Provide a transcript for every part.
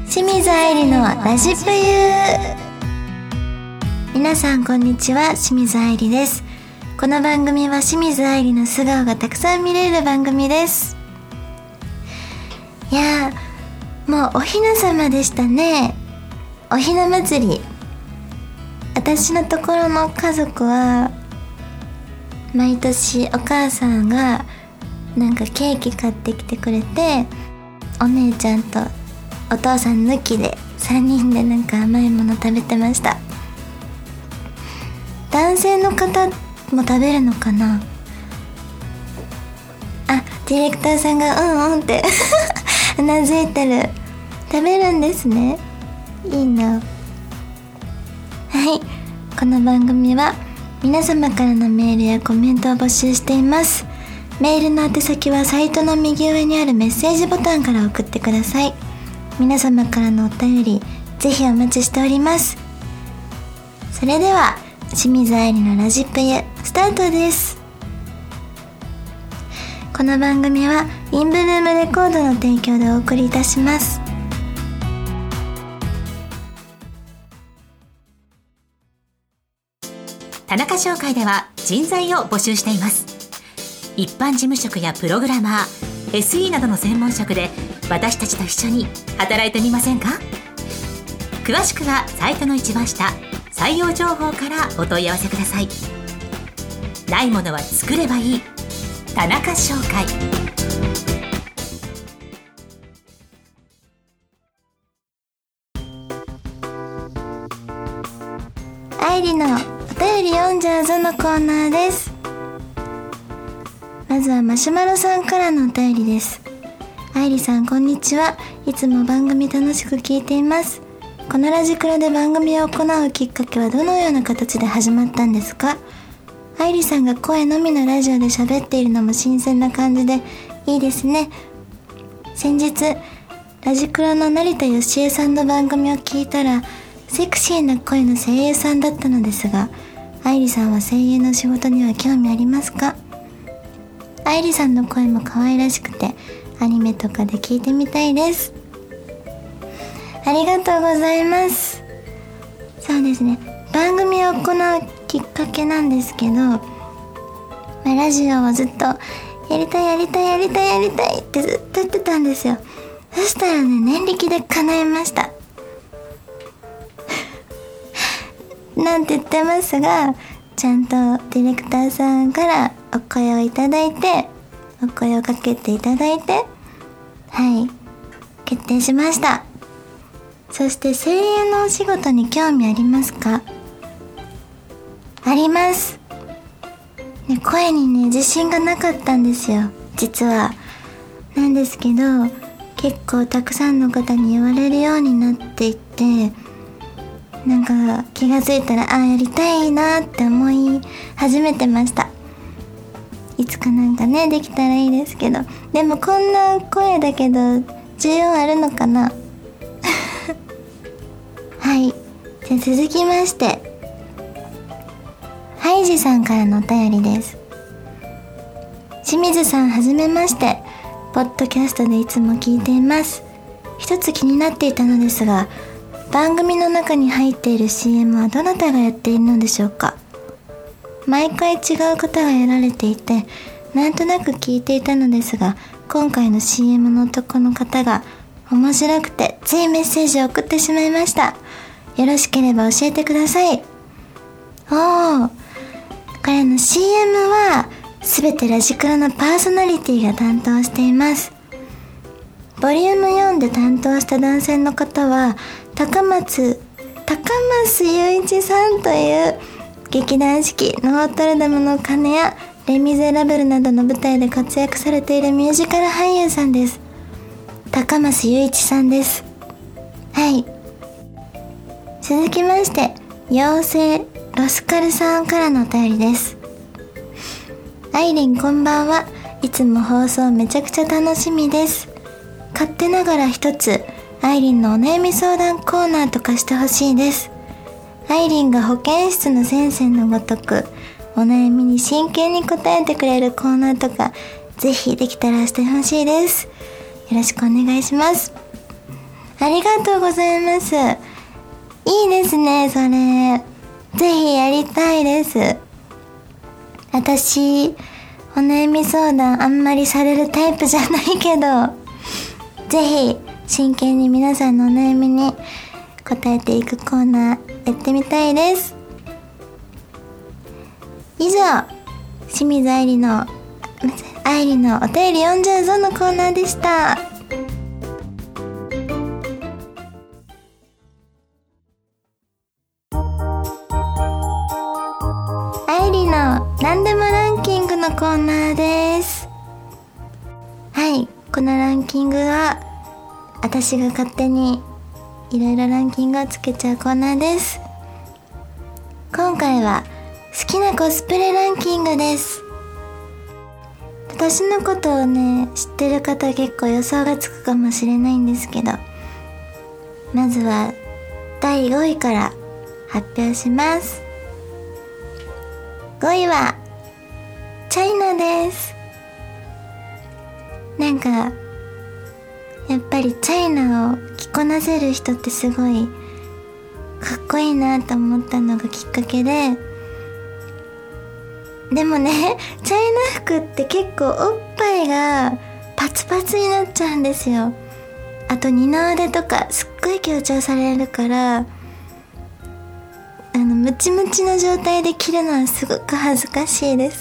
清水愛理のラジプユ。皆さんこんにちは、清水愛理です。この番組は清水愛理の素顔がたくさん見れる番組です。いやー、もうおひな様でしたね。おひな祭り。私のところの家族は毎年お母さんがなんかケーキ買ってきてくれて、お姉ちゃんとお父さん抜きで3人でなんか甘いもの食べてました。男性の方も食べるのかなあ、ディレクターさんがうんってうなずいてる。食べるんですね。いいな。はい、この番組は皆様からのメールやコメントを募集しています。メールの宛先はサイトの右上にあるメッセージボタンから送ってください。皆様からのお便りぜひお待ちしております。それでは清水愛理のラジプユスタートです。この番組はインブルームレコードの提供でお送りいたします。 田中商会では人材を募集しています。一般事務職やプログラマー、SE などの専門職で私たちと一緒に働いてみませんか。詳しくはサイトの一番下、採用情報からお問い合わせください。ないものは作ればいい。田中商会。 愛理のお便り読んじゃうぞのコーナーです。まずはマシュマロさんからのお便りです。愛理さんこんにちは。いつも番組楽しく聞いています。このラジクロで番組を行うきっかけはどのような形で始まったんですか。愛理さんが声のみのラジオで喋っているのも新鮮な感じでいいですね。先日ラジクロの成田芳恵さんの番組を聞いたらセクシーな声の声優さんだったのですが、愛理さんは声優の仕事には興味ありますか。愛理さんの声も可愛らしくてアニメとかで聞いてみたいです。ありがとうございます。そうですね、番組を行うきっかけなんですけど、ラジオをずっとやりたいってずっと言ってたんですよ。そしたらね、念力で叶いましたなんて言ってますが、ちゃんとディレクターさんからお声をいただいて、お声をかけていただいて、はい、決定しました。そして声優のお仕事に興味ありますか。あります、ね、声にね自信がなかったんですよ、実は。なんですけど結構たくさんの方に言われるようになっていって、なんか気がついたらやりたいなって思い始めてました。いつかなんかねできたらいいですけど、でもこんな声だけど需要あるのかなはい、じゃあ続きましてハイジさんからのお便りです。清水さんはじめまして。ポッドキャストでいつも聞いています。一つ気になっていたのですが、番組の中に入っている CM はどなたがやっているのでしょうか。毎回違う方がやられていて、なんとなく聞いていたのですが、今回の CM の男の方が面白くてついメッセージを送ってしまいました。よろしければ教えてください。これの CM はすべてラジクロのパーソナリティが担当しています。ボリューム4で担当した男性の方は高松雄一さんという劇団四季ノートルダムの鐘やレ・ミゼラブルなどの舞台で活躍されているミュージカル俳優さんです。高松雄一さんです。はい、続きまして妖精ロスカルさんからのお便りです。アイリンこんばんは。いつも放送めちゃくちゃ楽しみです。勝手ながら一つアイリンのお悩み相談コーナーとかしてほしいです。アイリンが保健室の先生のごとくお悩みに真剣に答えてくれるコーナーとかぜひできたらしてほしいです。よろしくお願いします。 ありがとうございます。いいですね、それ。ぜひやりたいです。私、お悩み相談あんまりされるタイプじゃないけど、ぜひ真剣に皆さんのお悩みに答えていくコーナーやってみたいです。以上、清水愛理のお便り読んじゃうぞのコーナーでした。愛理の何でもランキングのコーナーです。はい、このランキングは私が勝手にいろいろランキングをつけちゃうコーナーです。今回は好きなコスプレランキングです。私のことをね、知ってる方結構予想がつくかもしれないんですけど、まずは第5位から発表します。5位はチャイナです。なんかやっぱりチャイナを着こなせる人ってすごいかっこいいなと思ったのがきっかけで、でもね、チャイナ服って結構おっぱいがパツパツになっちゃうんですよ。あと二の腕とかすっごい強調されるから、ムチムチの状態で着るのはすごく恥ずかしいです。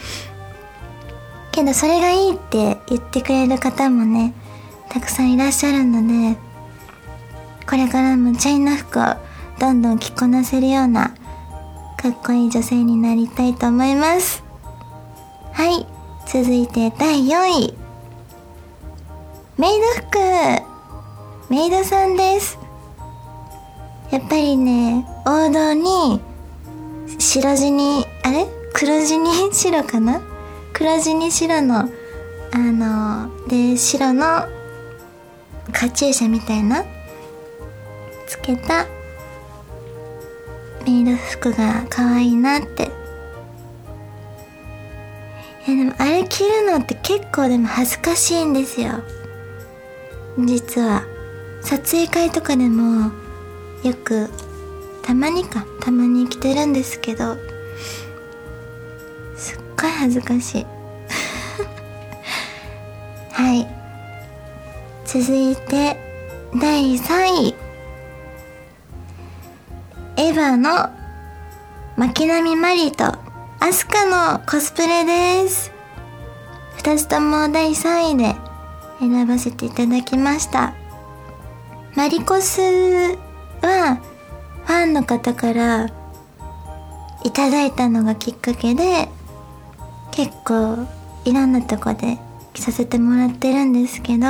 けどそれがいいって言ってくれる方もね、たくさんいらっしゃるので、これからもチャイナ服をどんどん着こなせるようなかっこいい女性になりたいと思います。はい、続いて第4位、メイド服、メイドさんです。やっぱりね、王道に白地に黒地に白かな、黒地に白ので白のカチューシャみたいなつけたメイド服が可愛いなって。でもあれ着るのって結構でも恥ずかしいんですよ。実は撮影会とかでもよくたまに着てるんですけど、すっごい恥ずかしいはい、続いて第3位、エヴァの巻波マリとアスカのコスプレです。2つとも第3位で選ばせていただきました。マリコスはファンの方からいただいたのがきっかけで、結構いろんなとこで着させてもらってるんですけど、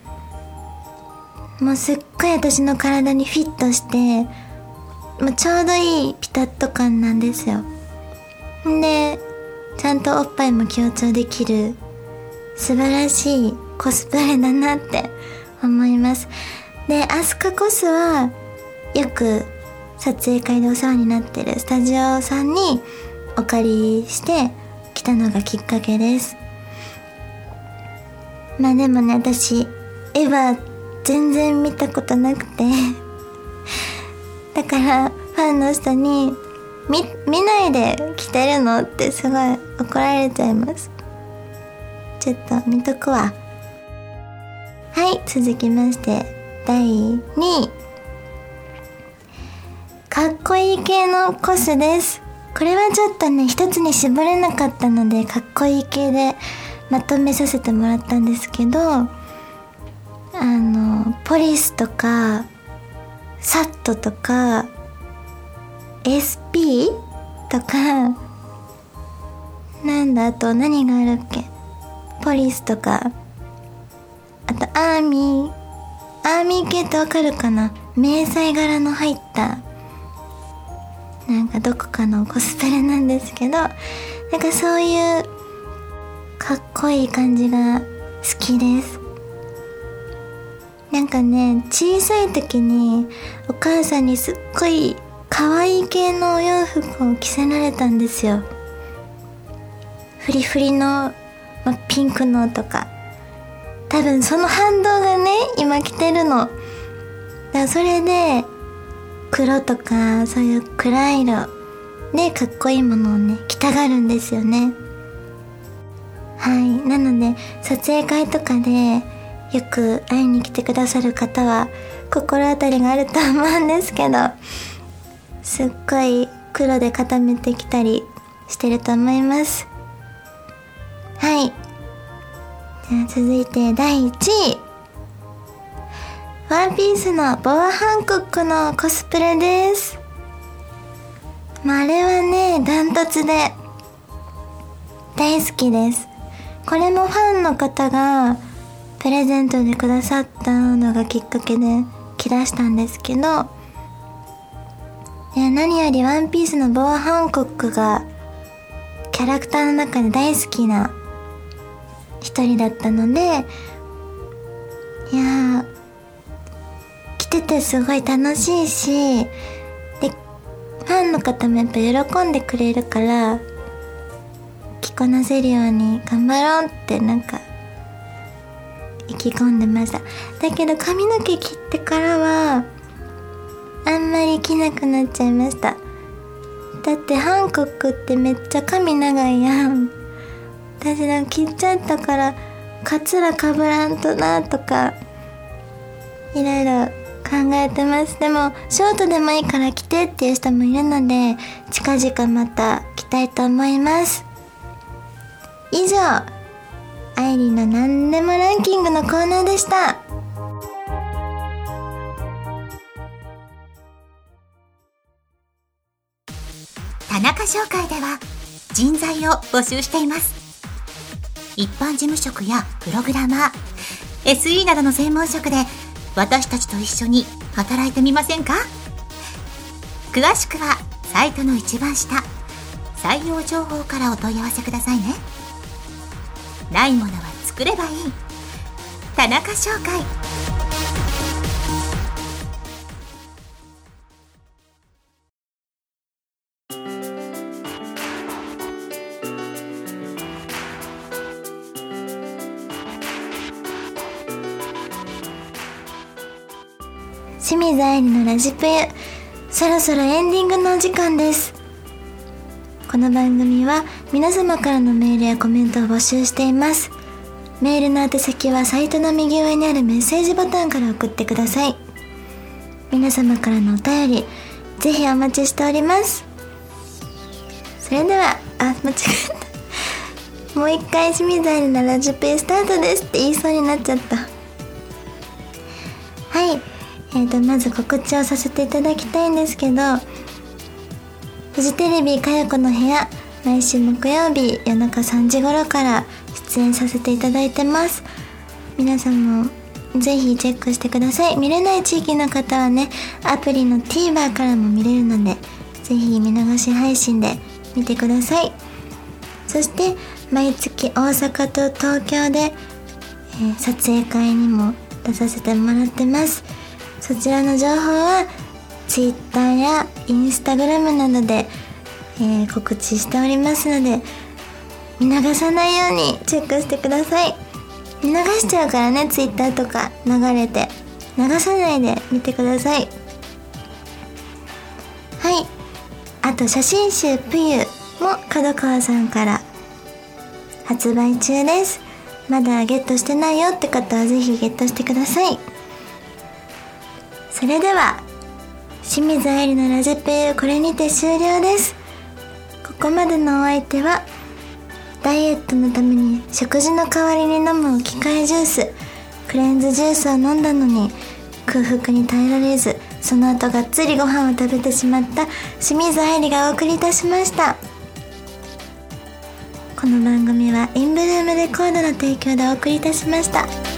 もうすっごい私の体にフィットして、もうちょうどいいピタッと感なんですよ。で、ちゃんとおっぱいも強調できる素晴らしいコスプレだなって思います。で、アスカコスはよく撮影会でお世話になってるスタジオさんにお借りして来たのがきっかけです。まあでもね、私エヴァ全然見たことなくてだからファンの人に見ないで着てるのってすごい怒られちゃいます。ちょっと見とくわ。はい、続きまして第2位、かっこいい系のコスです。これはちょっとね、一つに絞れなかったのでかっこいい系でまとめさせてもらったんですけど、ポリスとかサットとか SP とか、なんだ、あと何があるっけ、ポリスとか、あとアーミー系ってわかるかな、迷彩柄の入ったなんかどこかのコスプレなんですけど、なんかそういうかっこいい感じが好きです。なんかね、小さい時にお母さんにすっごい可愛い系のお洋服を着せられたんですよ。フリフリの、ピンクのとか、多分その反動がね、今着てるのからそれで黒とかそういう暗い色でかっこいいものをね着たがるんですよね。はい、なので撮影会とかでよく会いに来てくださる方は心当たりがあると思うんですけど、すっごい黒で固めてきたりしてると思います。はい、では続いて第1位、ワンピースのボア・ハンコックのコスプレです。あれはねダントツで大好きです。これもファンの方がプレゼントでくださったのがきっかけで着出したんですけど、いや何よりワンピースのボア・ハンコックがキャラクターの中で大好きな一人だったので、いやー着ててすごい楽しいし、でファンの方もやっぱ喜んでくれるから着こなせるように頑張ろうってなんか意気込んでました。だけど髪の毛切ってからはあんまり着なくなっちゃいました。だってハンコックってめっちゃ髪長いやん。私なんか切っちゃったからカツラかぶらんとなとかいろいろ考えてます。でもショートでもいいから着てっていう人もいるので近々また着たいと思います。以上、愛理のなんでもランキングのコーナーでした。 田中商会では人材を募集しています。一般事務職やプログラマー、SE などの専門職で私たちと一緒に働いてみませんか？詳しくはサイトの一番下、採用情報からお問い合わせくださいね。ないものは作ればいい。田中商会。 清水愛理のラジプユ、そろそろエンディングのお時間です。この番組は皆様からのメールやコメントを募集しています。メールの宛先はサイトの右上にあるメッセージボタンから送ってください。皆様からのお便りぜひお待ちしております。それでは間違えたもう一回清水愛理のラジプユスタートですって言いそうになっちゃった。はい、まず告知をさせていただきたいんですけど、フジテレビかよこの部屋、毎週木曜日夜中3時頃から出演させていただいてます。皆さんもぜひチェックしてください。見れない地域の方はね、アプリの TVer からも見れるので、ぜひ見逃し配信で見てください。そして毎月大阪と東京で、撮影会にも出させてもらってます。そちらの情報は Twitter や Instagram などで、告知しておりますので、見逃さないようにチェックしてください。見逃しちゃうからね、Twitter とか流れて。流さないで見てください。はい、あと写真集ぷゆも角川さんから発売中です。まだゲットしてないよって方はぜひゲットしてください。それでは清水愛理のラジプユ、これにて終了です。ここまでのお相手は、ダイエットのために食事の代わりに飲む置き換えジュース、クレンズジュースを飲んだのに空腹に耐えられず、その後がっつりご飯を食べてしまった清水愛理がお送りいたしました。この番組はインブルームレコードの提供でお送りいたしました。